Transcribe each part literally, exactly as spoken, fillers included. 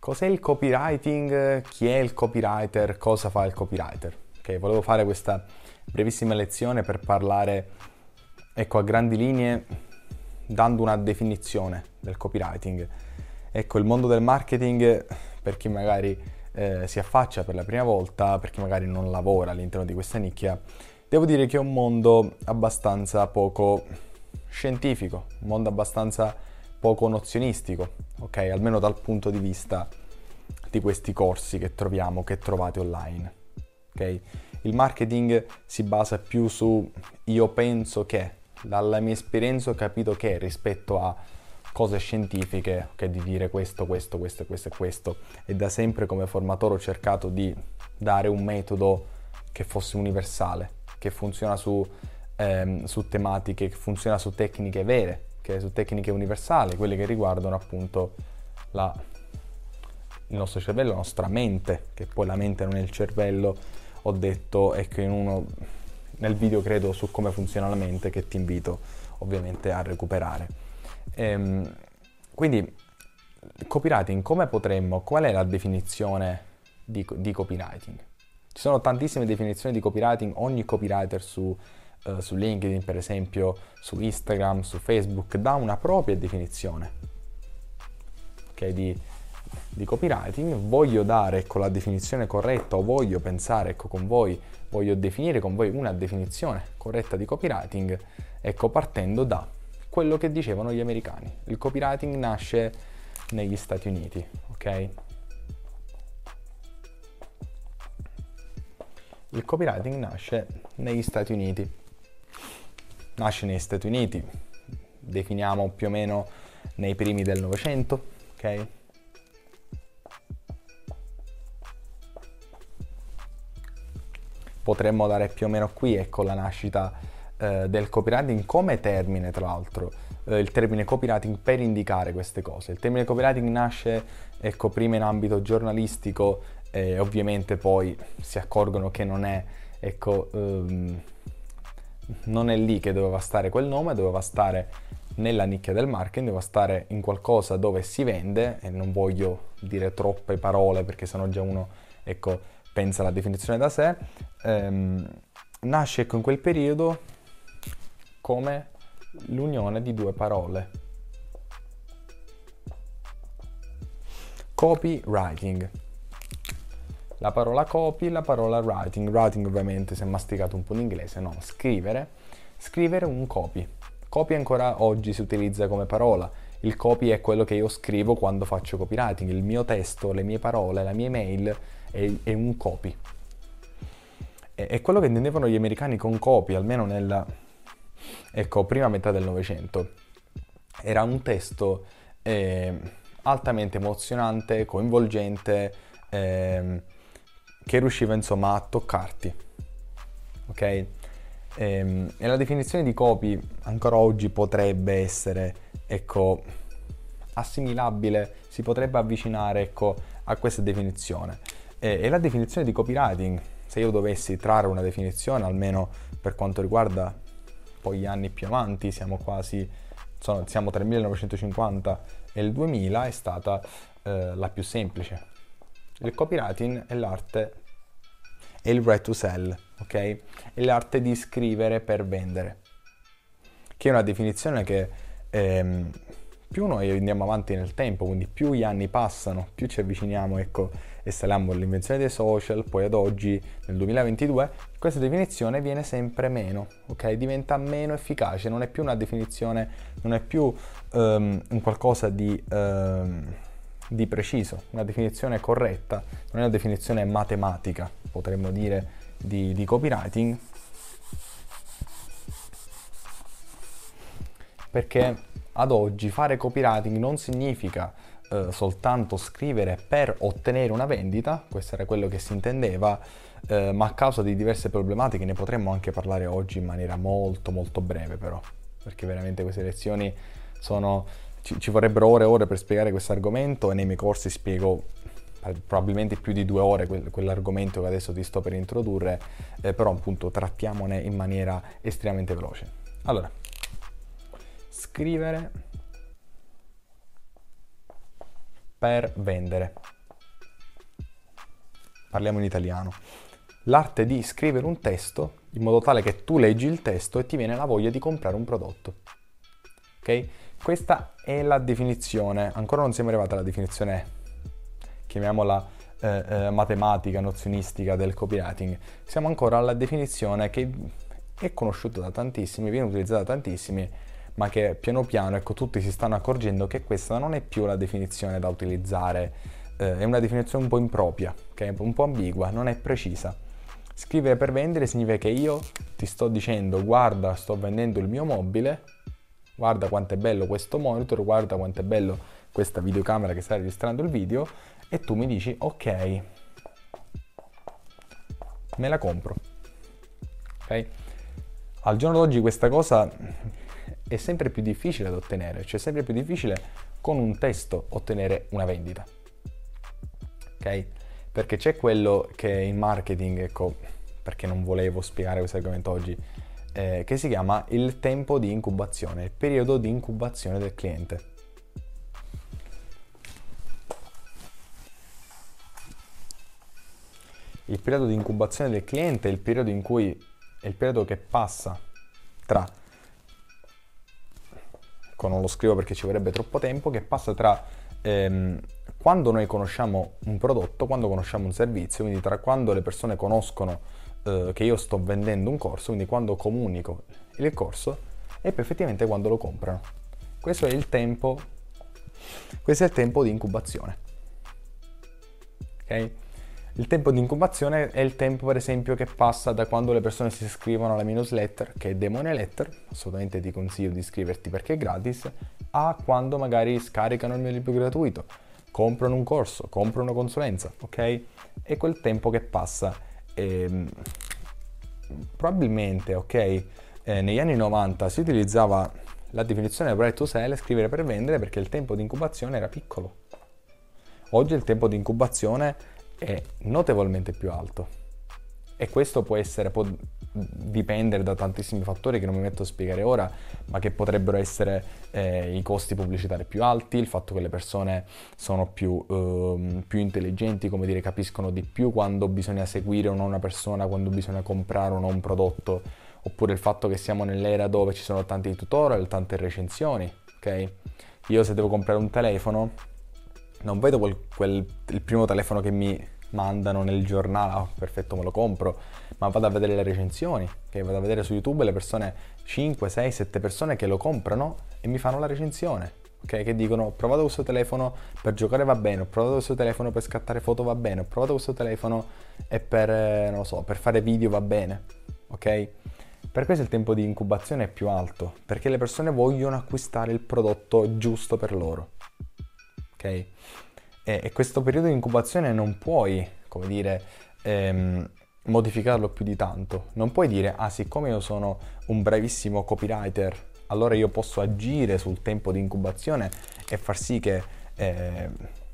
Cos'è il copywriting? Chi è il copywriter? Cosa fa il copywriter? Ok, volevo fare questa brevissima lezione per parlare, ecco, a grandi linee, dando una definizione del copywriting. Ecco, il mondo del marketing, per chi magari eh, si affaccia per la prima volta, per chi magari non lavora all'interno di questa nicchia, devo dire che è un mondo abbastanza poco scientifico, un mondo abbastanza poco nozionistico, ok? Almeno dal punto di vista di questi corsi che troviamo, che trovate online, ok? Il marketing si basa più su io penso che, dalla mia esperienza ho capito che, rispetto a cose scientifiche, ok? Di dire questo, questo, questo, questo e questo. E da sempre come formatore ho cercato di dare un metodo che fosse universale, che funziona su, ehm, su tematiche, che funziona su tecniche vere, che su tecniche universali, quelle che riguardano appunto la, il nostro cervello, la nostra mente, che poi la mente non è il cervello, ho detto, e che in uno, nel video credo su come funziona la mente, che ti invito ovviamente a recuperare. Ehm, quindi, copywriting, come potremmo, qual è la definizione di, di copywriting? Ci sono tantissime definizioni di copywriting, ogni copywriter su Uh, su LinkedIn, per esempio, su Instagram, su Facebook, dà una propria definizione, okay, di, di copywriting. Voglio dare, ecco, la definizione corretta, o voglio pensare, ecco, con voi, voglio definire con voi una definizione corretta di copywriting, ecco, partendo da quello che dicevano gli americani. Il copywriting nasce negli Stati Uniti, ok? Il copywriting nasce negli Stati Uniti. Nasce negli Stati Uniti, definiamo più o meno nei primi del Novecento, ok? Potremmo dare più o meno qui, ecco, la nascita eh, del copywriting come termine, tra l'altro, eh, il termine copywriting per indicare queste cose. Il termine copywriting nasce, ecco, prima in ambito giornalistico e eh, ovviamente poi si accorgono che non è, ecco, um, non è lì che doveva stare quel nome, doveva stare nella nicchia del marketing, doveva stare in qualcosa dove si vende, e non voglio dire troppe parole perché sennò già uno, ecco, pensa alla definizione da sé. Ehm, nasce, ecco, in quel periodo come l'unione di due parole: copywriting. La parola copy, la parola writing. Writing ovviamente si è masticato un po' in inglese, no, scrivere. Scrivere un copy. Copy ancora oggi si utilizza come parola. Il copy è quello che io scrivo quando faccio copywriting. Il mio testo, le mie parole, la mia email è, è un copy. È, è quello che intendevano gli americani con copy, almeno nella, ecco, prima metà del Novecento. Era un testo eh, altamente emozionante, coinvolgente, eh, che riusciva insomma a toccarti, ok? Ehm, e la definizione di copy ancora oggi potrebbe essere, ecco, assimilabile, si potrebbe avvicinare, ecco, a questa definizione. E, e la definizione di copywriting, se io dovessi trarre una definizione, almeno per quanto riguarda poi gli anni più avanti, siamo quasi, insomma, siamo tra il millenovecentocinquanta e il duemila, è stata eh, la più semplice. Il copywriting è l'arte, è il write to sell, ok? È l'arte di scrivere per vendere, che è una definizione che ehm, più noi andiamo avanti nel tempo, quindi più gli anni passano, più ci avviciniamo, ecco, e saliamo all'invenzione dei social, poi ad oggi, nel duemilaventidue, questa definizione viene sempre meno, ok? Diventa meno efficace, non è più una definizione, non è più um, un qualcosa di... Um, di preciso, una definizione corretta, non è una definizione matematica, potremmo dire, di, di copywriting, perché ad oggi fare copywriting non significa eh, soltanto scrivere per ottenere una vendita, questo era quello che si intendeva, eh, ma a causa di diverse problematiche ne potremmo anche parlare oggi in maniera molto molto breve, però, perché veramente queste lezioni sono... Ci, ci vorrebbero ore e ore per spiegare questo argomento, e nei miei corsi spiego probabilmente più di due ore quel, quell'argomento che adesso ti sto per introdurre, eh, però appunto trattiamone in maniera estremamente veloce. Allora, scrivere per vendere. Parliamo in italiano. L'arte di scrivere un testo in modo tale che tu leggi il testo e ti viene la voglia di comprare un prodotto. Ok? Questa è la definizione, ancora non siamo arrivati alla definizione, chiamiamola eh, eh, matematica, nozionistica del copywriting. Siamo ancora alla definizione che è conosciuta da tantissimi, viene utilizzata da tantissimi, ma che piano piano, ecco, tutti si stanno accorgendo che questa non è più la definizione da utilizzare, eh, è una definizione un po' impropria, okay? Un po' ambigua, non è precisa. Scrivere per vendere significa che io ti sto dicendo: guarda, sto vendendo il mio mobile, guarda quanto è bello questo monitor, guarda quanto è bello questa videocamera che sta registrando il video, e tu mi dici: ok, me la compro. Ok? Al giorno d'oggi questa cosa è sempre più difficile da ottenere, cioè sempre più difficile con un testo ottenere una vendita. Ok? Perché c'è quello che in marketing, ecco, perché non volevo spiegare questo argomento oggi, eh, che si chiama il tempo di incubazione, il periodo di incubazione del cliente. Il periodo di incubazione del cliente è il periodo in cui è il periodo che passa tra, ecco, non lo scrivo perché ci vorrebbe troppo tempo, che passa tra ehm, quando noi conosciamo un prodotto, quando conosciamo un servizio, quindi tra quando le persone conoscono eh, che io sto vendendo un corso, quindi quando comunico il corso, e poi effettivamente quando lo comprano. Questo è il tempo, questo è il tempo di incubazione. Ok? Il tempo di incubazione è il tempo, per esempio, che passa da quando le persone si iscrivono alla mia newsletter, che è Demone Letter, assolutamente ti consiglio di iscriverti perché è gratis, a quando magari scaricano il mio libro gratuito, comprano un corso, comprano una consulenza, ok? È quel tempo che passa. E, probabilmente, ok, eh, negli anni novanta si utilizzava la definizione buy to sell, scrivere per vendere, perché il tempo di incubazione era piccolo. Oggi il tempo di incubazione è notevolmente più alto, e questo può essere, può dipendere da tantissimi fattori che non mi metto a spiegare ora, ma che potrebbero essere eh, i costi pubblicitari più alti, il fatto che le persone sono più, eh, più intelligenti, come dire, capiscono di più quando bisogna seguire o no una persona, quando bisogna comprare o no un prodotto, oppure il fatto che siamo nell'era dove ci sono tanti tutorial, tante recensioni, ok? Io se devo comprare un telefono non vedo quel, quel, il primo telefono che mi mandano nel giornale, oh, perfetto, me lo compro, ma vado a vedere le recensioni, che vado a vedere su YouTube le persone, cinque, sei, sette persone che lo comprano e mi fanno la recensione, ok? Che dicono: ho provato questo telefono per giocare, va bene, ho provato questo telefono per scattare foto, va bene, ho provato questo telefono e per, eh, non lo so, per fare video, va bene, ok? Per questo il tempo di incubazione è più alto, perché le persone vogliono acquistare il prodotto giusto per loro. Okay? E, e questo periodo di incubazione non puoi, come dire, ehm, modificarlo più di tanto. Non puoi dire: ah, siccome io sono un bravissimo copywriter, allora io posso agire sul tempo di incubazione e far sì che, eh,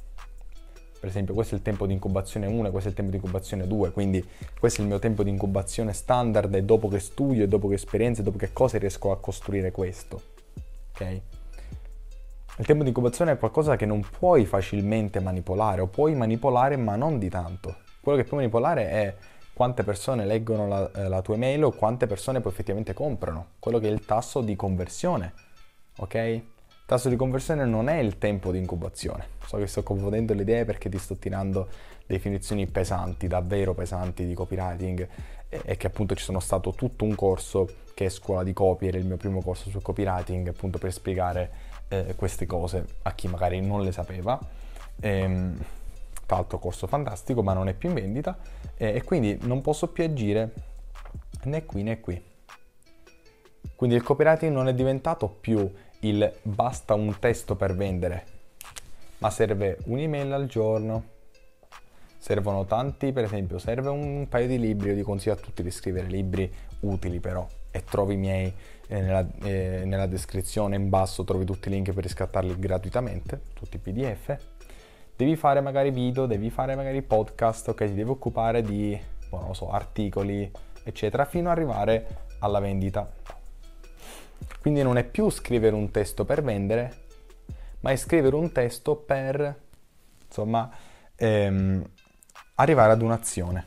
per esempio, questo è il tempo di incubazione uno e questo è il tempo di incubazione due, quindi questo è il mio tempo di incubazione standard, e dopo che studio, e dopo che esperienze, dopo che cose riesco a costruire questo. Ok? Il tempo di incubazione è qualcosa che non puoi facilmente manipolare, o puoi manipolare ma non di tanto. Quello che puoi manipolare è quante persone leggono la, eh, la tua email, o quante persone poi effettivamente comprano. Quello che è il tasso di conversione, ok? Il tasso di conversione non è il tempo di incubazione. So che sto confondendo le idee perché ti sto tirando definizioni pesanti, davvero pesanti di copywriting, e, e che appunto ci sono stato tutto un corso che è Scuola di Copy, era il mio primo corso sul copywriting, appunto per spiegare Eh, queste cose a chi magari non le sapeva. Ehm, tra l'altro corso fantastico, ma non è più in vendita, eh, e quindi non posso più agire né qui né qui. Quindi il copywriting non è diventato più il basta un testo per vendere, ma serve un'email al giorno, servono tanti, per esempio serve un paio di libri. Io ti consiglio a tutti di scrivere libri utili, però, e trovi i miei eh, nella, eh, nella descrizione in basso, trovi tutti i link per riscattarli gratuitamente, tutti i P D F. Devi fare magari video, devi fare magari podcast, ok? Ti devi occupare di, boh, non lo so, articoli, eccetera, fino ad arrivare alla vendita. Quindi non è più scrivere un testo per vendere, ma è scrivere un testo per insomma, ehm, arrivare ad un'azione.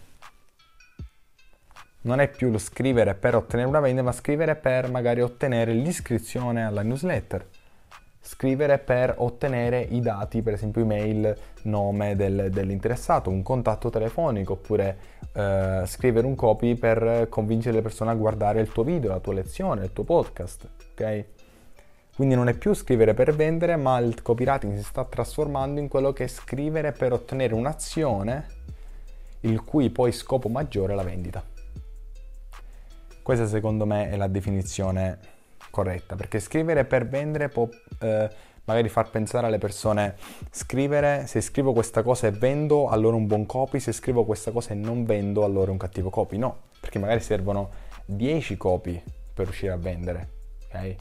Non è più lo scrivere per ottenere una vendita, ma scrivere per magari ottenere l'iscrizione alla newsletter. Scrivere per ottenere i dati, per esempio email, nome del, dell'interessato, un contatto telefonico, oppure eh, scrivere un copy per convincere le persone a guardare il tuo video, la tua lezione, il tuo podcast, ok? Quindi non è più scrivere per vendere, ma il copywriting si sta trasformando in quello che è scrivere per ottenere un'azione, il cui poi scopo maggiore è la vendita. Questa secondo me è la definizione corretta, perché scrivere per vendere può eh, magari far pensare alle persone: scrivere, se scrivo questa cosa e vendo, allora è un buon copy, se scrivo questa cosa e non vendo, allora è un cattivo copy. No, perché magari servono dieci copy per riuscire a vendere, ok?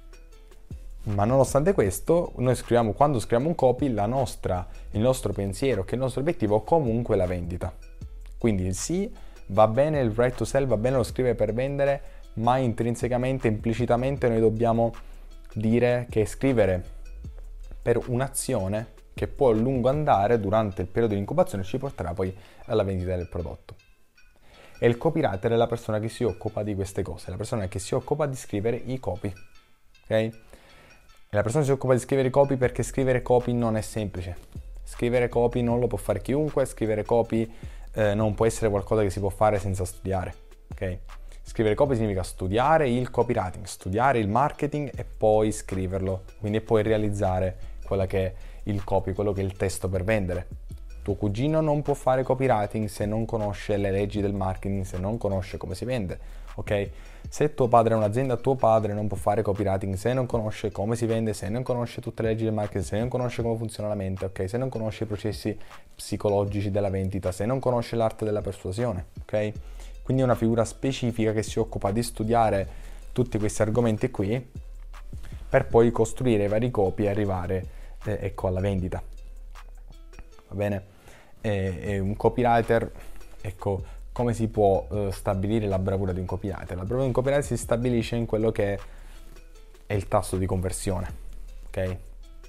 Ma nonostante questo, noi scriviamo, quando scriviamo un copy, la nostra, il nostro pensiero, che il nostro obiettivo comunque è la vendita. Quindi sì, va bene il right to sell, va bene lo scrivere per vendere, ma intrinsecamente, implicitamente noi dobbiamo dire che scrivere per un'azione che può a lungo andare durante il periodo di incubazione ci porterà poi alla vendita del prodotto. E il copywriter è la persona che si occupa di queste cose, la persona che si occupa di scrivere i copy, ok? E la persona si occupa di scrivere i copy perché scrivere copy non è semplice. Scrivere copy non lo può fare chiunque, scrivere copy eh, non può essere qualcosa che si può fare senza studiare, ok? Scrivere copy significa studiare il copywriting, studiare il marketing e poi scriverlo, quindi poi realizzare quella che è il copy, quello che è il testo per vendere. Tuo cugino non può fare copywriting se non conosce le leggi del marketing, se non conosce come si vende, ok? Se tuo padre è un'azienda, tuo padre non può fare copywriting se non conosce come si vende, se non conosce tutte le leggi del marketing, se non conosce come funziona la mente, ok? Se non conosce i processi psicologici della vendita, se non conosce l'arte della persuasione, ok? Quindi è una figura specifica che si occupa di studiare tutti questi argomenti qui per poi costruire i vari copy e arrivare eh, ecco, alla vendita. Va bene? E, e un copywriter, ecco, come si può eh, stabilire la bravura di un copywriter? La bravura di un copywriter si stabilisce in quello che è il tasso di conversione, ok?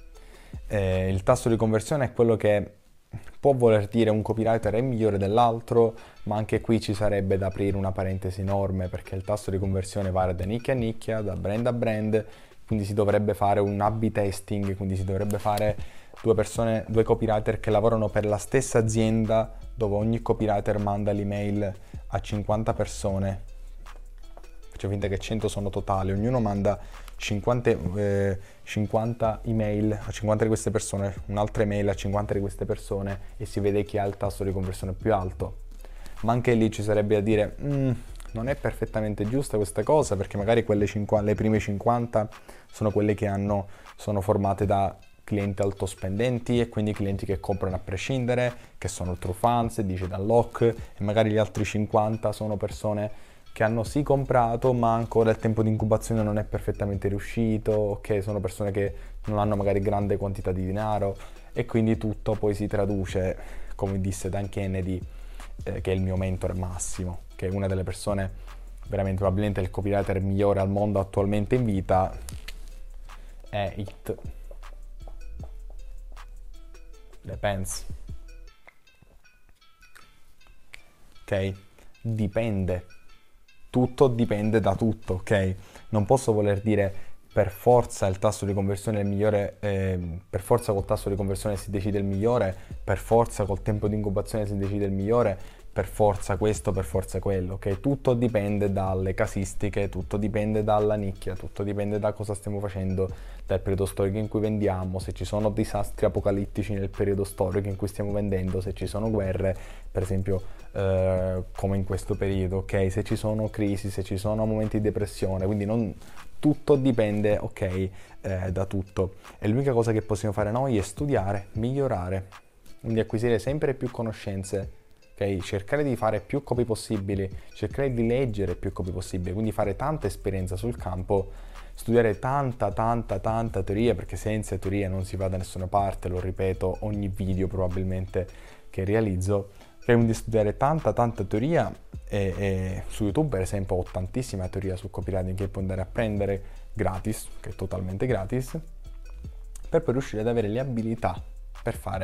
Eh, il tasso di conversione è quello che può voler dire un copywriter è migliore dell'altro, ma anche qui ci sarebbe da aprire una parentesi enorme, perché il tasso di conversione varia da nicchia a nicchia, da brand a brand, quindi si dovrebbe fare un A B testing, quindi si dovrebbe fare due persone, due copywriter che lavorano per la stessa azienda, dove ogni copywriter manda l'email a cinquanta persone, faccio finta che cento sono totali, ognuno manda cinquanta, eh, cinquanta email a cinquanta di queste persone, un'altra email a cinquanta di queste persone, e si vede chi ha il tasso di conversione più alto. Ma anche lì ci sarebbe da dire mm, non è perfettamente giusta questa cosa, perché magari quelle cinquanta, le prime cinquanta sono quelle che hanno, sono formate da clienti altospendenti e quindi clienti che comprano a prescindere, che sono true fans, dice da lock, e magari gli altri cinquanta sono persone che hanno sì comprato, ma ancora il tempo di incubazione non è perfettamente riuscito, ok? Sono persone che non hanno magari grande quantità di denaro, e quindi tutto poi si traduce, come disse Dan Kennedy, eh, che è il mio mentore massimo, che è una delle persone veramente probabilmente il copywriter migliore al mondo attualmente in vita, è it depends, ok? Dipende. Tutto dipende da tutto, ok? Non posso voler dire per forza il tasso di conversione è il migliore, eh, per forza col tasso di conversione si decide il migliore, per forza col tempo di incubazione si decide il migliore, per forza questo, per forza quello, ok? Tutto dipende dalle casistiche, tutto dipende dalla nicchia, tutto dipende da cosa stiamo facendo, dal periodo storico in cui vendiamo, se ci sono disastri apocalittici nel periodo storico in cui stiamo vendendo, se ci sono guerre, per esempio eh, come in questo periodo, ok? Se ci sono crisi, se ci sono momenti di depressione, quindi non tutto dipende, ok, eh, da tutto. E l'unica cosa che possiamo fare noi è studiare, migliorare, quindi acquisire sempre più conoscenze. Okay? Cercare di fare più copy possibili, cercare di leggere più copy possibili, quindi fare tanta esperienza sul campo, studiare tanta tanta tanta teoria, perché senza teoria non si va da nessuna parte, lo ripeto ogni video probabilmente che realizzo, okay? Quindi studiare tanta tanta teoria, e, e su YouTube per esempio ho tantissima teoria sul copywriting che puoi andare a prendere gratis, che è totalmente gratis, per poi riuscire ad avere le abilità per fare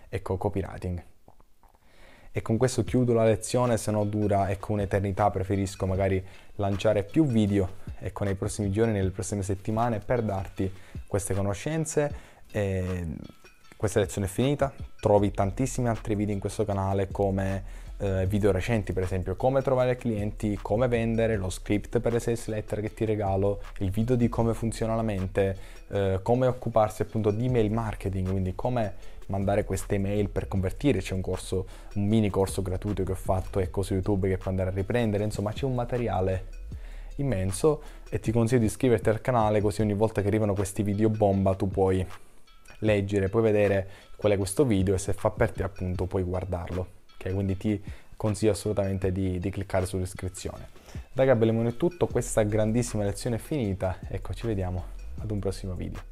ecco, copywriting. E con questo chiudo la lezione, se no dura ecco un'eternità, preferisco magari lanciare più video ecco nei prossimi giorni, nelle prossime settimane, per darti queste conoscenze. E questa lezione è finita, trovi tantissimi altri video in questo canale, come eh, video recenti, per esempio come trovare clienti, come vendere, lo script per le sales letter che ti regalo, il video di come funziona la mente, eh, come occuparsi appunto di email marketing, quindi come mandare queste email per convertire. C'è un corso, un mini corso gratuito che ho fatto ecco su YouTube che puoi andare a riprendere, insomma c'è un materiale immenso e ti consiglio di iscriverti al canale, così ogni volta che arrivano questi video bomba tu puoi leggere, puoi vedere qual è questo video e se fa per te appunto puoi guardarlo, ok? Quindi ti consiglio assolutamente di, di cliccare sull'iscrizione. Da Gabriele Lemone è tutto, questa grandissima lezione è finita, ecco ci vediamo ad un prossimo video.